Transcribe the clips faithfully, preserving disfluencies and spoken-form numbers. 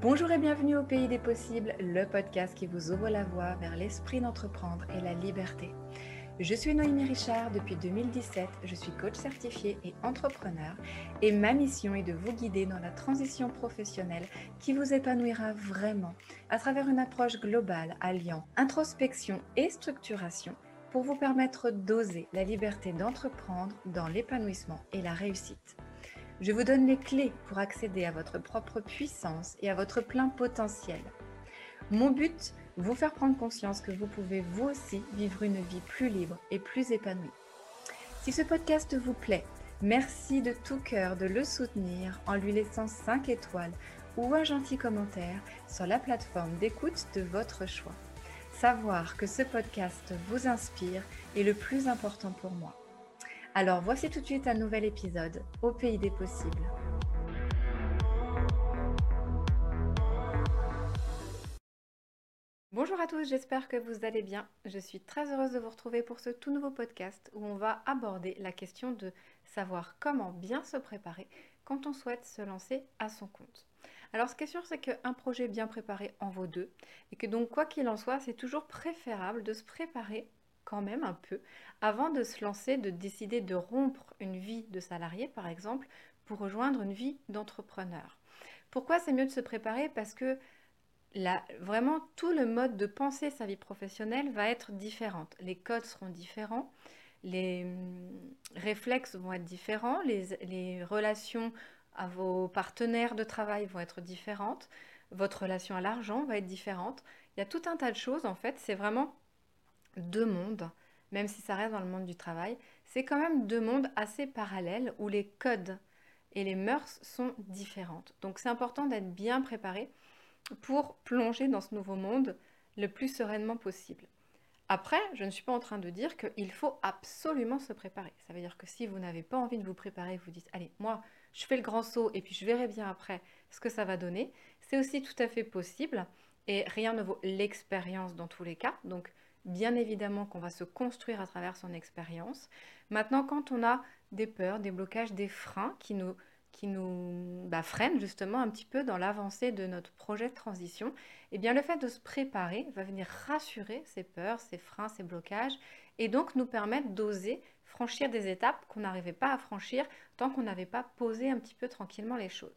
Bonjour et bienvenue au Pays des Possibles, le podcast qui vous ouvre la voie vers l'esprit d'entreprendre et la liberté. Je suis Noémie Richard, depuis deux mille dix-sept, je suis coach certifié et entrepreneur et ma mission est de vous guider dans la transition professionnelle qui vous épanouira vraiment à travers une approche globale alliant introspection et structuration pour vous permettre d'oser la liberté d'entreprendre dans l'épanouissement et la réussite. Je vous donne les clés pour accéder à votre propre puissance et à votre plein potentiel. Mon but, vous faire prendre conscience que vous pouvez vous aussi vivre une vie plus libre et plus épanouie. Si ce podcast vous plaît, merci de tout cœur de le soutenir en lui laissant cinq étoiles ou un gentil commentaire sur la plateforme d'écoute de votre choix. Savoir que ce podcast vous inspire est le plus important pour moi. Alors voici tout de suite un nouvel épisode au Pays des Possibles. Bonjour à tous, j'espère que vous allez bien. Je suis très heureuse de vous retrouver pour ce tout nouveau podcast où on va aborder la question de savoir comment bien se préparer quand on souhaite se lancer à son compte. Alors ce qui est sûr, c'est qu'un projet bien préparé en vaut deux et que donc quoi qu'il en soit, c'est toujours préférable de se préparer quand même un peu avant de se lancer, de décider de rompre une vie de salarié par exemple pour rejoindre une vie d'entrepreneur. Pourquoi c'est mieux de se préparer? Parce que là, vraiment tout le mode de penser sa vie professionnelle va être différent. Les codes seront différents, les hum, réflexes vont être différents, les, les relations à vos partenaires de travail vont être différentes, votre relation à l'argent va être différente. Il y a tout un tas de choses en fait, c'est vraiment deux mondes, même si ça reste dans le monde du travail, c'est quand même deux mondes assez parallèles où les codes et les mœurs sont différentes. Donc c'est important d'être bien préparé pour plonger dans ce nouveau monde le plus sereinement possible. Après, je ne suis pas en train de dire qu'il faut absolument se préparer. Ça veut dire que si vous n'avez pas envie de vous préparer, vous dites, allez, moi, je fais le grand saut et puis je verrai bien après ce que ça va donner. C'est aussi tout à fait possible et rien ne vaut l'expérience dans tous les cas. Donc, bien évidemment qu'on va se construire à travers son expérience. Maintenant, quand on a des peurs, des blocages, des freins qui nous, qui nous bah, freinent justement un petit peu dans l'avancée de notre projet de transition, eh bien le fait de se préparer va venir rassurer ces peurs, ces freins, ces blocages et donc nous permettre d'oser franchir des étapes qu'on n'arrivait pas à franchir tant qu'on n'avait pas posé un petit peu tranquillement les choses.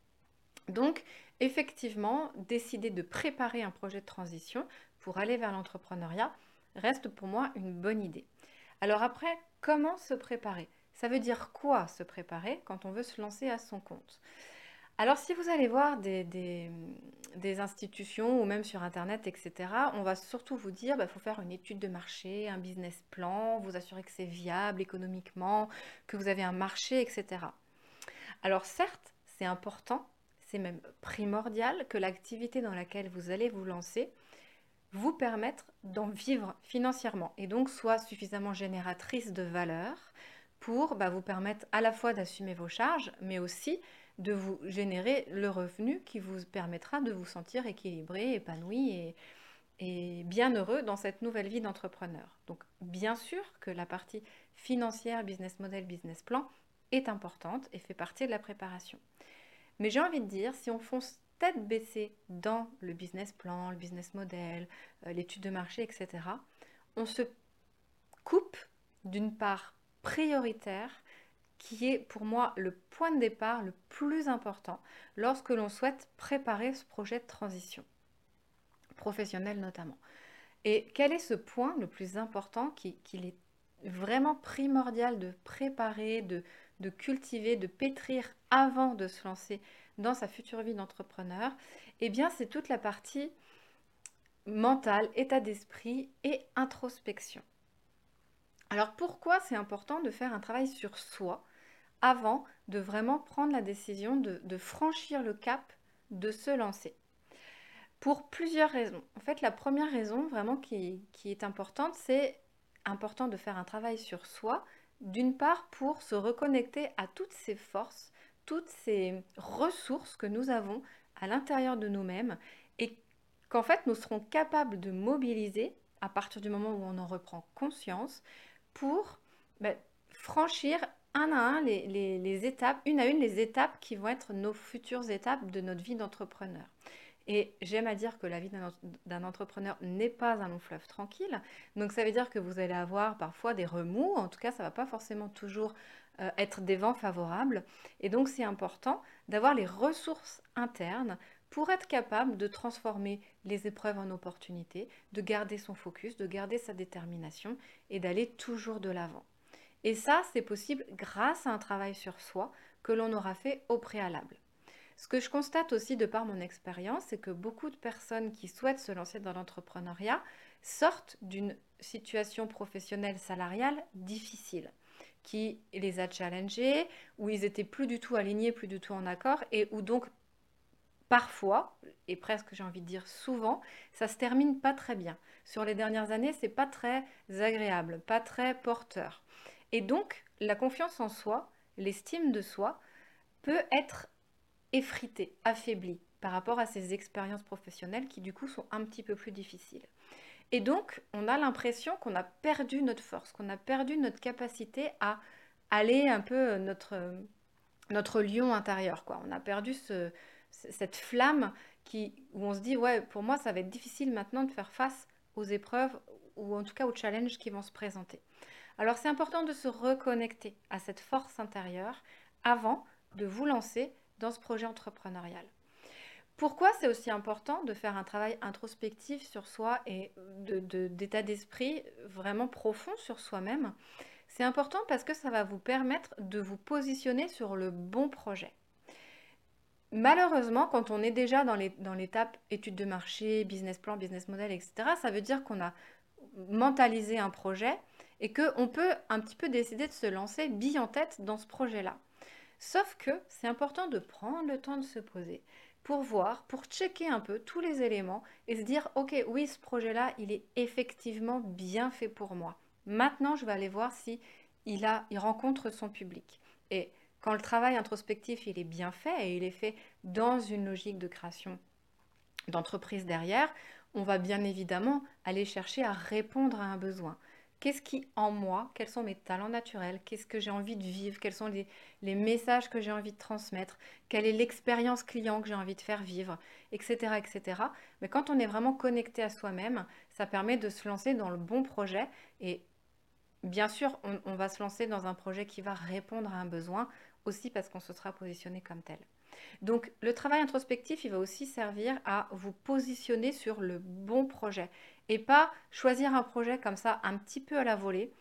Donc, effectivement, décider de préparer un projet de transition pour aller vers l'entrepreneuriat reste pour moi une bonne idée. Alors après, comment se préparer? Ça veut dire quoi se préparer quand on veut se lancer à son compte? Alors si vous allez voir des, des- des institutions ou même sur Internet, et cetera, on va surtout vous dire qu'il faut faire une étude de marché, un business plan, vous assurer que c'est viable économiquement, que vous avez un marché, et cetera. Alors certes, c'est important, c'est même primordial que l'activité dans laquelle vous allez vous lancer vous permette d'en vivre financièrement et donc soit suffisamment génératrice de valeur pour bah, vous permettre à la fois d'assumer vos charges, mais aussi de vous générer le revenu qui vous permettra de vous sentir équilibré, épanoui et, et bien heureux dans cette nouvelle vie d'entrepreneur. Donc bien sûr que la partie financière, business model, business plan est importante et fait partie de la préparation. Mais j'ai envie de dire, si on fonce tête baissée dans le business plan, le business model, euh, l'étude de marché, et cetera, on se coupe d'une part prioritaire qui est pour moi le point de départ le plus important lorsque l'on souhaite préparer ce projet de transition, professionnelle notamment. Et quel est ce point le plus important qui- qu'il est vraiment primordial de préparer, de, de cultiver, de pétrir avant de se lancer dans sa future vie d'entrepreneur? Eh bien, c'est toute la partie mentale, état d'esprit et introspection. Alors pourquoi c'est important de faire un travail sur soi avant de vraiment prendre la décision de, de franchir le cap, de se lancer? Pour plusieurs raisons. En fait, la première raison vraiment qui, qui est importante, c'est important de faire un travail sur soi, d'une part pour se reconnecter à toutes ces forces, toutes ces ressources que nous avons à l'intérieur de nous-mêmes et qu'en fait nous serons capables de mobiliser à partir du moment où on en reprend conscience pour ben, franchir un à un les, les- les étapes, une à une les étapes qui vont être nos futures étapes de notre vie d'entrepreneur. Et j'aime à dire que la vie d'un en- d'un entrepreneur n'est pas un long fleuve tranquille. Donc ça veut dire que vous allez avoir parfois des remous. En tout cas, ça ne va pas forcément toujours euh, être des vents favorables. Et donc c'est important d'avoir les ressources internes pour être capable de transformer les épreuves en opportunités, de garder son focus, de garder sa détermination et d'aller toujours de l'avant. Et ça, c'est possible grâce à un travail sur soi que l'on aura fait au préalable. Ce que je constate aussi de par mon expérience, c'est que beaucoup de personnes qui souhaitent se lancer dans l'entrepreneuriat sortent d'une situation professionnelle salariale difficile, qui les a challengés, où ils étaient plus du tout alignés, plus du tout en accord, et où donc parfois, et presque j'ai envie de dire souvent, ça se termine pas très bien. Sur les dernières années, c'est pas très agréable, pas très porteur. Et donc, la confiance en soi, l'estime de soi, peut être effritée, affaiblie par rapport à ces expériences professionnelles qui du coup sont un petit peu plus difficiles. Et donc, on a l'impression qu'on a perdu notre force, qu'on a perdu notre capacité à aller un peu notre, notre lion intérieur, quoi. On a perdu ce, cette flamme qui, où on se dit, ouais, pour moi, ça va être difficile maintenant de faire face aux épreuves ou en tout cas aux challenges qui vont se présenter. Alors, c'est important de se reconnecter à cette force intérieure avant de vous lancer dans ce projet entrepreneurial. Pourquoi c'est aussi important de faire un travail introspectif sur soi et de, de, d'état d'esprit vraiment profond sur soi-même? C'est important parce que ça va vous permettre de vous positionner sur le bon projet. Malheureusement, quand on est déjà dans les- dans l'étape étude de marché, business plan, business model, et cetera, ça veut dire qu'on a mentalisé un projet et qu'on peut un petit peu décider de se lancer bille en tête dans ce projet-là. Sauf que c'est important de prendre le temps de se poser pour voir, pour checker un peu tous les éléments et se dire, ok, oui, ce projet-là, il est effectivement bien fait pour moi. Maintenant, je vais aller voir si il a, il rencontre son public. Et quand le travail introspectif, il est bien fait et il est fait dans une logique de création d'entreprise derrière, on va bien évidemment aller chercher à répondre à un besoin. Qu'est-ce qui en moi, quels sont mes talents naturels, qu'est-ce que j'ai envie de vivre, quels sont les, les messages que j'ai envie de transmettre, quelle est l'expérience client que j'ai envie de faire vivre, et cetera, et cetera. Mais quand on est vraiment connecté à soi-même, ça permet de se lancer dans le bon projet et bien sûr, on, on va se lancer dans un projet qui va répondre à un besoin aussi parce qu'on se sera positionné comme tel. Donc, le travail introspectif, il va aussi servir à vous positionner sur le bon projet et pas choisir un projet comme ça un petit peu à la volée,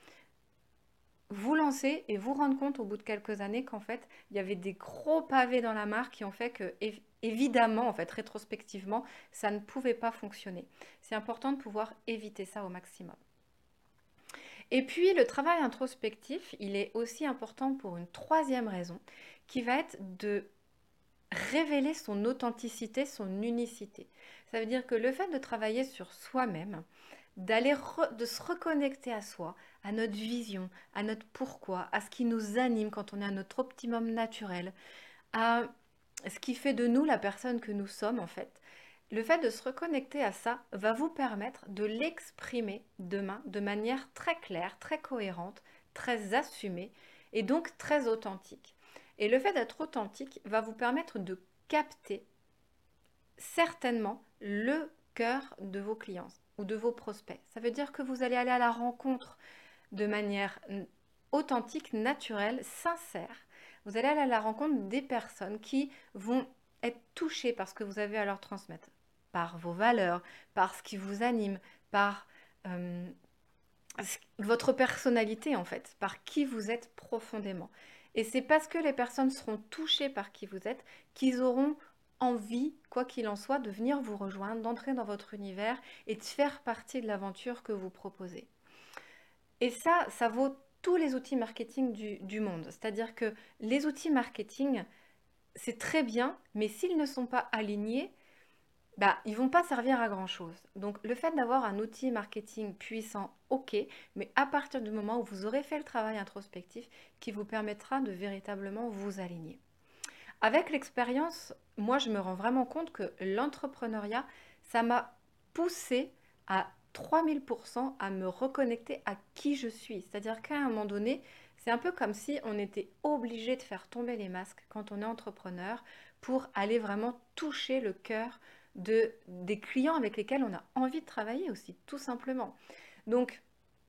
vous lancer et vous rendre compte au bout de quelques années qu'en fait, il y avait des gros pavés dans la mare qui ont fait que, év- évidemment, en fait, rétrospectivement, ça ne pouvait pas fonctionner. C'est important de pouvoir éviter ça au maximum. Et puis, le travail introspectif, il est aussi important pour une troisième raison, qui va être de révéler son authenticité, son unicité. Ça veut dire que le fait de travailler sur soi-même, d'aller re- de se reconnecter à soi, à notre vision, à notre pourquoi, à ce qui nous anime quand on est à notre optimum naturel, à ce qui fait de nous la personne que nous sommes en fait. Le fait de se reconnecter à ça va vous permettre de l'exprimer demain de manière très claire, très cohérente, très assumée et donc très authentique. Et le fait d'être authentique va vous permettre de capter certainement le cœur de vos clients ou de vos prospects. Ça veut dire que vous allez aller à la rencontre de manière authentique, naturelle, sincère. Vous allez aller à la rencontre des personnes qui vont être touchées par ce que vous avez à leur transmettre, par vos valeurs, par ce qui vous anime, par euh, votre personnalité en fait, par qui vous êtes profondément. Et c'est parce que les personnes seront touchées par qui vous êtes qu'ils auront envie, quoi qu'il en soit, de venir vous rejoindre, d'entrer dans votre univers et de faire partie de l'aventure que vous proposez. Et ça, ça vaut tous les outils marketing du, du monde. C'est-à-dire que les outils marketing, c'est très bien, mais s'ils ne sont pas alignés, bah, ils vont pas servir à grand-chose. Donc le fait d'avoir un outil marketing puissant, ok, mais à partir du moment où vous aurez fait le travail introspectif qui vous permettra de véritablement vous aligner. Avec l'expérience, moi je me rends vraiment compte que l'entrepreneuriat, ça m'a poussé à trois mille pour cent à me reconnecter à qui je suis. C'est-à-dire qu'à un moment donné, c'est un peu comme si on était obligé de faire tomber les masques quand on est entrepreneur pour aller vraiment toucher le cœur de, des clients avec lesquels on a envie de travailler aussi, tout simplement. Donc,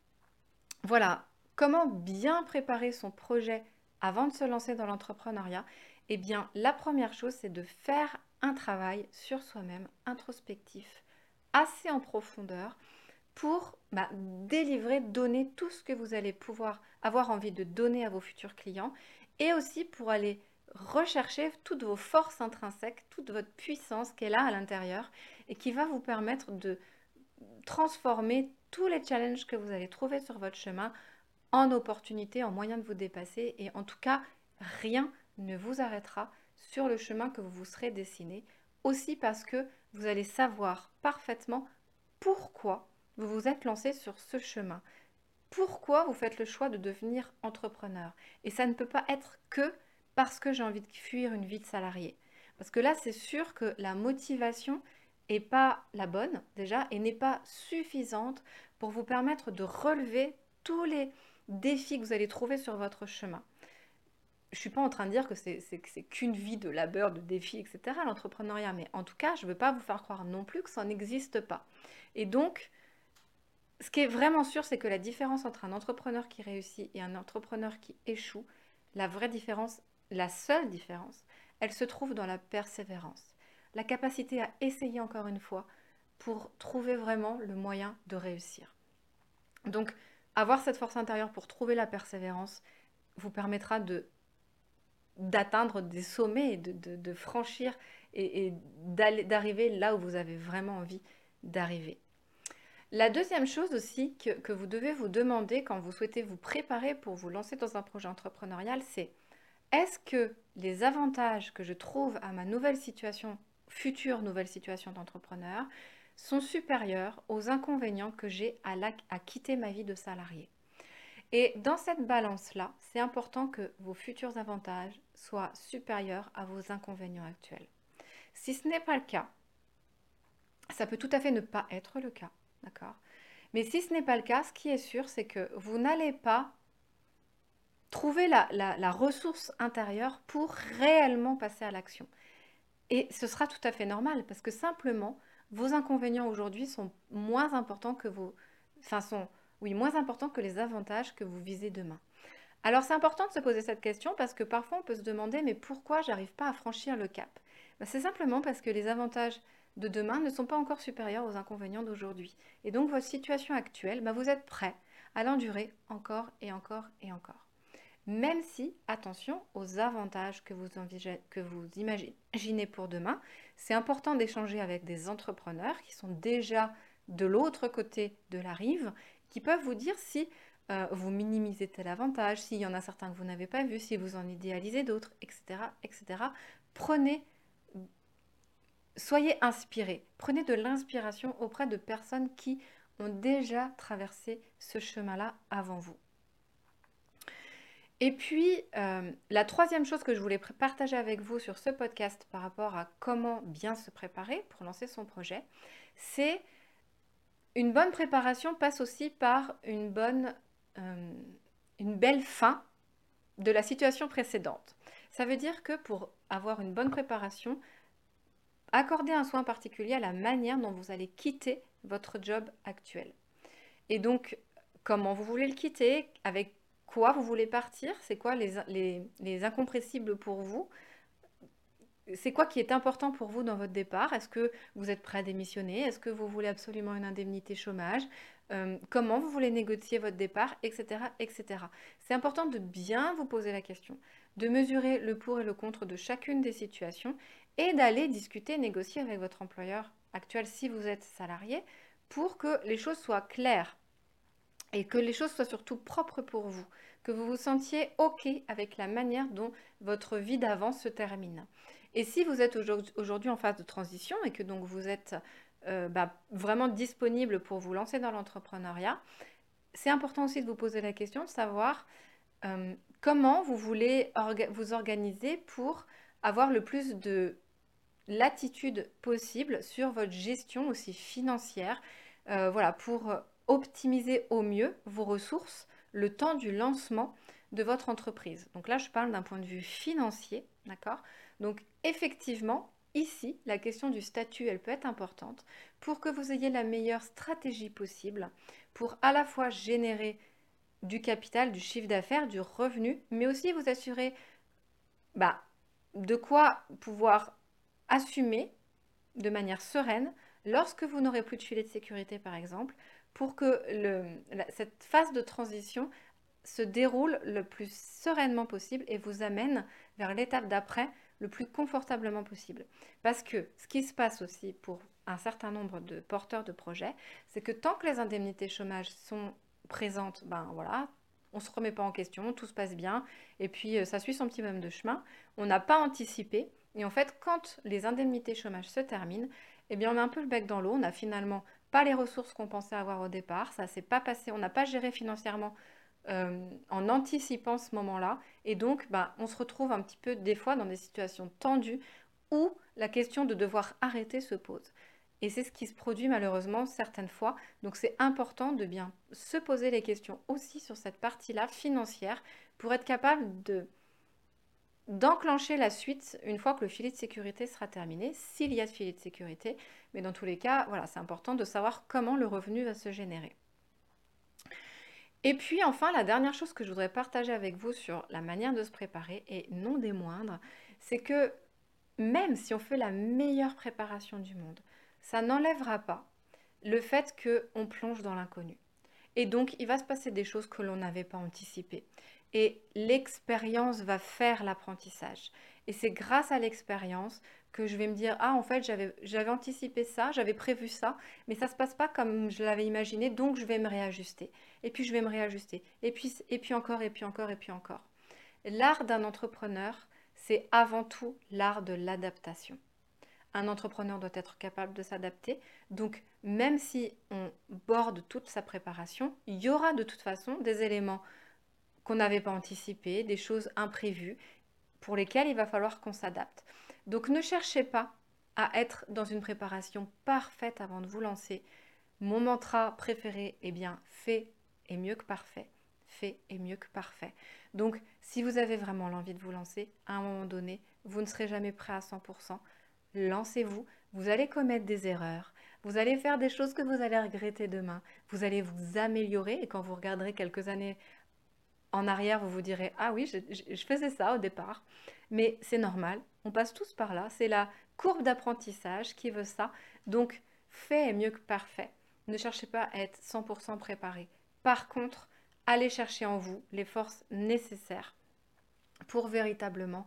voilà, comment bien préparer son projet avant de se lancer dans l'entrepreneuriat? Eh bien, la première chose, c'est de faire un travail sur soi-même, introspectif, assez en profondeur, pour bah, délivrer, donner tout ce que vous allez pouvoir avoir envie de donner à vos futurs clients, et aussi pour aller rechercher toutes vos forces intrinsèques, toute votre puissance qui est là à l'intérieur, et qui va vous permettre de transformer tous les challenges que vous allez trouver sur votre chemin en opportunités, en moyens de vous dépasser. Et en tout cas, rien ne vous arrêtera sur le chemin que vous vous serez dessiné. Aussi parce que vous allez savoir parfaitement pourquoi vous vous êtes lancé sur ce chemin. Pourquoi vous faites le choix de devenir entrepreneur. Et ça ne peut pas être que parce que j'ai envie de fuir une vie de salarié. Parce que là, c'est sûr que la motivation n'est pas la bonne déjà et n'est pas suffisante pour vous permettre de relever tous les défis que vous allez trouver sur votre chemin. Je ne suis pas en train de dire que c'est, c'est, c'est qu'une vie de labeur, de défis, et cetera, l'entrepreneuriat. Mais en tout cas, je ne veux pas vous faire croire non plus que ça n'existe pas. Et donc, ce qui est vraiment sûr, c'est que la différence entre un entrepreneur qui réussit et un entrepreneur qui échoue, la vraie différence, la seule différence, elle se trouve dans la persévérance. La capacité à essayer encore une fois pour trouver vraiment le moyen de réussir. Donc, avoir cette force intérieure pour trouver la persévérance vous permettra de, d'atteindre des sommets, et de, de, de franchir et, et d'aller, d'arriver là où vous avez vraiment envie d'arriver. La deuxième chose aussi que, que vous devez vous demander quand vous souhaitez vous préparer pour vous lancer dans un projet entrepreneurial, c'est est-ce que les avantages que je trouve à ma nouvelle situation, future nouvelle situation d'entrepreneur, sont supérieurs aux inconvénients que j'ai à, la, à quitter ma vie de salarié? Et dans cette balance-là, c'est important que vos futurs avantages soient supérieurs à vos inconvénients actuels. Si ce n'est pas le cas, ça peut tout à fait ne pas être le cas, d'accord? Mais si ce n'est pas le cas, ce qui est sûr, c'est que vous n'allez pas trouver la, la, la ressource intérieure pour réellement passer à l'action. Et ce sera tout à fait normal, parce que simplement, vos inconvénients aujourd'hui sont moins importants que vos... Enfin, sont, oui, moins importants que les avantages que vous visez demain. Alors, c'est important de se poser cette question, parce que parfois, on peut se demander, mais pourquoi j'arrive pas à franchir le cap? Ben, c'est simplement parce que les avantages de demain ne sont pas encore supérieurs aux inconvénients d'aujourd'hui. Et donc, votre situation actuelle, ben, vous êtes prêt à l'endurer encore et encore et encore. Même si, attention aux avantages que vous, que vous imaginez pour demain, c'est important d'échanger avec des entrepreneurs qui sont déjà de l'autre côté de la rive, qui peuvent vous dire si euh, vous minimisez tel avantage, s'il y en a certains que vous n'avez pas vus, si vous en idéalisez d'autres, et cetera, et cetera. Prenez, soyez inspirés, prenez de l'inspiration auprès de personnes qui ont déjà traversé ce chemin-là avant vous. Et puis, euh, la troisième chose que je voulais partager avec vous sur ce podcast par rapport à comment bien se préparer pour lancer son projet, c'est une bonne préparation passe aussi par une bonne, euh, une belle fin de la situation précédente. Ça veut dire que pour avoir une bonne préparation, accordez un soin particulier à la manière dont vous allez quitter votre job actuel. Et donc, comment vous voulez le quitter, avec quoi vous voulez partir, c'est quoi les, les, les incompressibles pour vous, c'est quoi qui est important pour vous dans votre départ, est-ce que vous êtes prêt à démissionner, est-ce que vous voulez absolument une indemnité chômage, euh, comment vous voulez négocier votre départ, et cetera, et cetera. C'est important de bien vous poser la question, de mesurer le pour et le contre de chacune des situations et d'aller discuter, négocier avec votre employeur actuel si vous êtes salarié pour que les choses soient claires. Et que les choses soient surtout propres pour vous, que vous vous sentiez OK avec la manière dont votre vie d'avant se termine. Et si vous êtes aujourd'hui en phase de transition et que donc vous êtes euh, bah, vraiment disponible pour vous lancer dans l'entrepreneuriat, c'est important aussi de vous poser la question de savoir euh, comment vous voulez orga- vous organiser pour avoir le plus de latitude possible sur votre gestion aussi financière, euh, voilà, pour optimiser au mieux vos ressources le temps du lancement de votre entreprise. Donc là, je parle d'un point de vue financier, d'accord? Donc effectivement, ici, la question du statut, elle peut être importante pour que vous ayez la meilleure stratégie possible pour à la fois générer du capital, du chiffre d'affaires, du revenu, mais aussi vous assurer bah, de quoi pouvoir assumer de manière sereine lorsque vous n'aurez plus de filet de sécurité, par exemple, pour que le, la- cette phase de transition se déroule le plus sereinement possible et vous amène vers l'étape d'après le plus confortablement possible. Parce que ce qui se passe aussi pour un certain nombre de porteurs de projets, c'est que tant que les indemnités chômage sont présentes, ben voilà, on ne se remet pas en question, tout se passe bien, et puis euh, ça suit son petit bonhomme de chemin. On n'a pas anticipé, et en fait, quand les indemnités chômage se terminent, eh bien on a un peu le bec dans l'eau, on n'a finalement pas les ressources qu'on pensait avoir au départ, ça s'est pas passé, on n'a pas géré financièrement euh, en anticipant ce moment-là. Et donc, bah, on se retrouve un petit peu des fois dans des situations tendues où la question de devoir arrêter se pose. Et c'est ce qui se produit malheureusement certaines fois. Donc c'est important de bien se poser les questions aussi sur cette partie-là financière pour être capable de d'enclencher la suite une fois que le filet de sécurité sera terminé, s'il y a de filet de sécurité. Mais dans tous les cas, voilà, c'est important de savoir comment le revenu va se générer. Et puis enfin, la dernière chose que je voudrais partager avec vous sur la manière de se préparer, et non des moindres, c'est que même si on fait la meilleure préparation du monde, ça n'enlèvera pas le fait qu'on plonge dans l'inconnu. Et donc, il va se passer des choses que l'on n'avait pas anticipées. Et l'expérience va faire l'apprentissage. Et c'est grâce à l'expérience que je vais me dire, ah, en fait, j'avais, j'avais anticipé ça, j'avais prévu ça, mais ça ne se passe pas comme je l'avais imaginé, donc je vais me réajuster. Et puis, je vais me réajuster. Et puis, et puis encore, et puis encore, et puis encore. L'art d'un entrepreneur, c'est avant tout l'art de l'adaptation. Un entrepreneur doit être capable de s'adapter. Donc, même si on borde toute sa préparation, il y aura de toute façon des éléments qu'on n'avait pas anticipés, des choses imprévues pour lesquelles il va falloir qu'on s'adapte. Donc, ne cherchez pas à être dans une préparation parfaite avant de vous lancer. Mon mantra préféré, eh bien, fait est mieux que parfait. Fait est mieux que parfait. Donc, si vous avez vraiment l'envie de vous lancer, à un moment donné, vous ne serez jamais prêt à cent pour cent. Lancez-vous, vous allez commettre des erreurs, vous allez faire des choses que vous allez regretter demain, vous allez vous améliorer et quand vous regarderez quelques années en arrière, vous vous direz, ah oui, je, je- je faisais ça au départ. Mais c'est normal, on passe tous par là, c'est la courbe d'apprentissage qui veut ça. Donc, fait est mieux que parfait. Ne cherchez pas à être cent pour cent préparé. Par contre, allez chercher en vous les forces nécessaires pour véritablement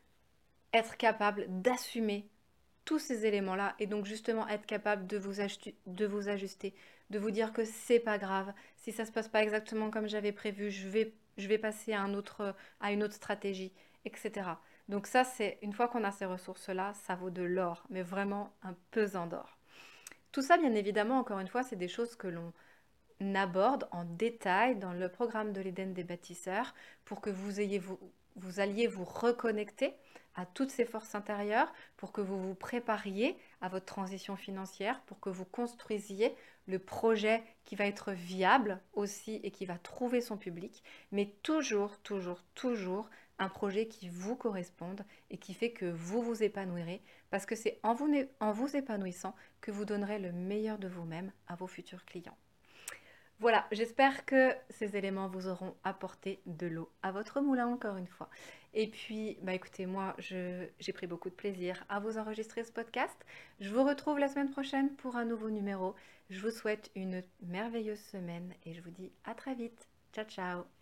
être capable d'assumer tous ces éléments-là et donc justement être capable de vous, ajuster, de vous ajuster, de vous dire que c'est pas grave. Si ça se passe pas exactement comme j'avais prévu, je vais, je vais passer à, un autre, à une autre stratégie, et cetera. Donc ça, c'est une fois qu'on a ces ressources-là, ça vaut de l'or, mais vraiment un pesant d'or. Tout ça, bien évidemment, encore une fois, c'est des choses que l'on aborde en détail dans le programme de l'Éden des bâtisseurs pour que vous, ayez vous, vous alliez vous reconnecter à toutes ces forces intérieures, pour que vous vous prépariez à votre transition financière, pour que vous construisiez le projet qui va être viable aussi et qui va trouver son public, mais toujours, toujours, toujours un projet qui vous corresponde et qui fait que vous vous épanouirez, parce que c'est en vous, en vous épanouissant que vous donnerez le meilleur de vous-même à vos futurs clients. Voilà, j'espère que ces éléments vous auront apporté de l'eau à votre moulin encore une fois. Et puis, bah écoutez, moi, je- j'ai pris beaucoup de plaisir à vous enregistrer ce podcast. Je vous retrouve la semaine prochaine pour un nouveau numéro. Je vous souhaite une merveilleuse semaine et je vous dis à très vite. Ciao, ciao!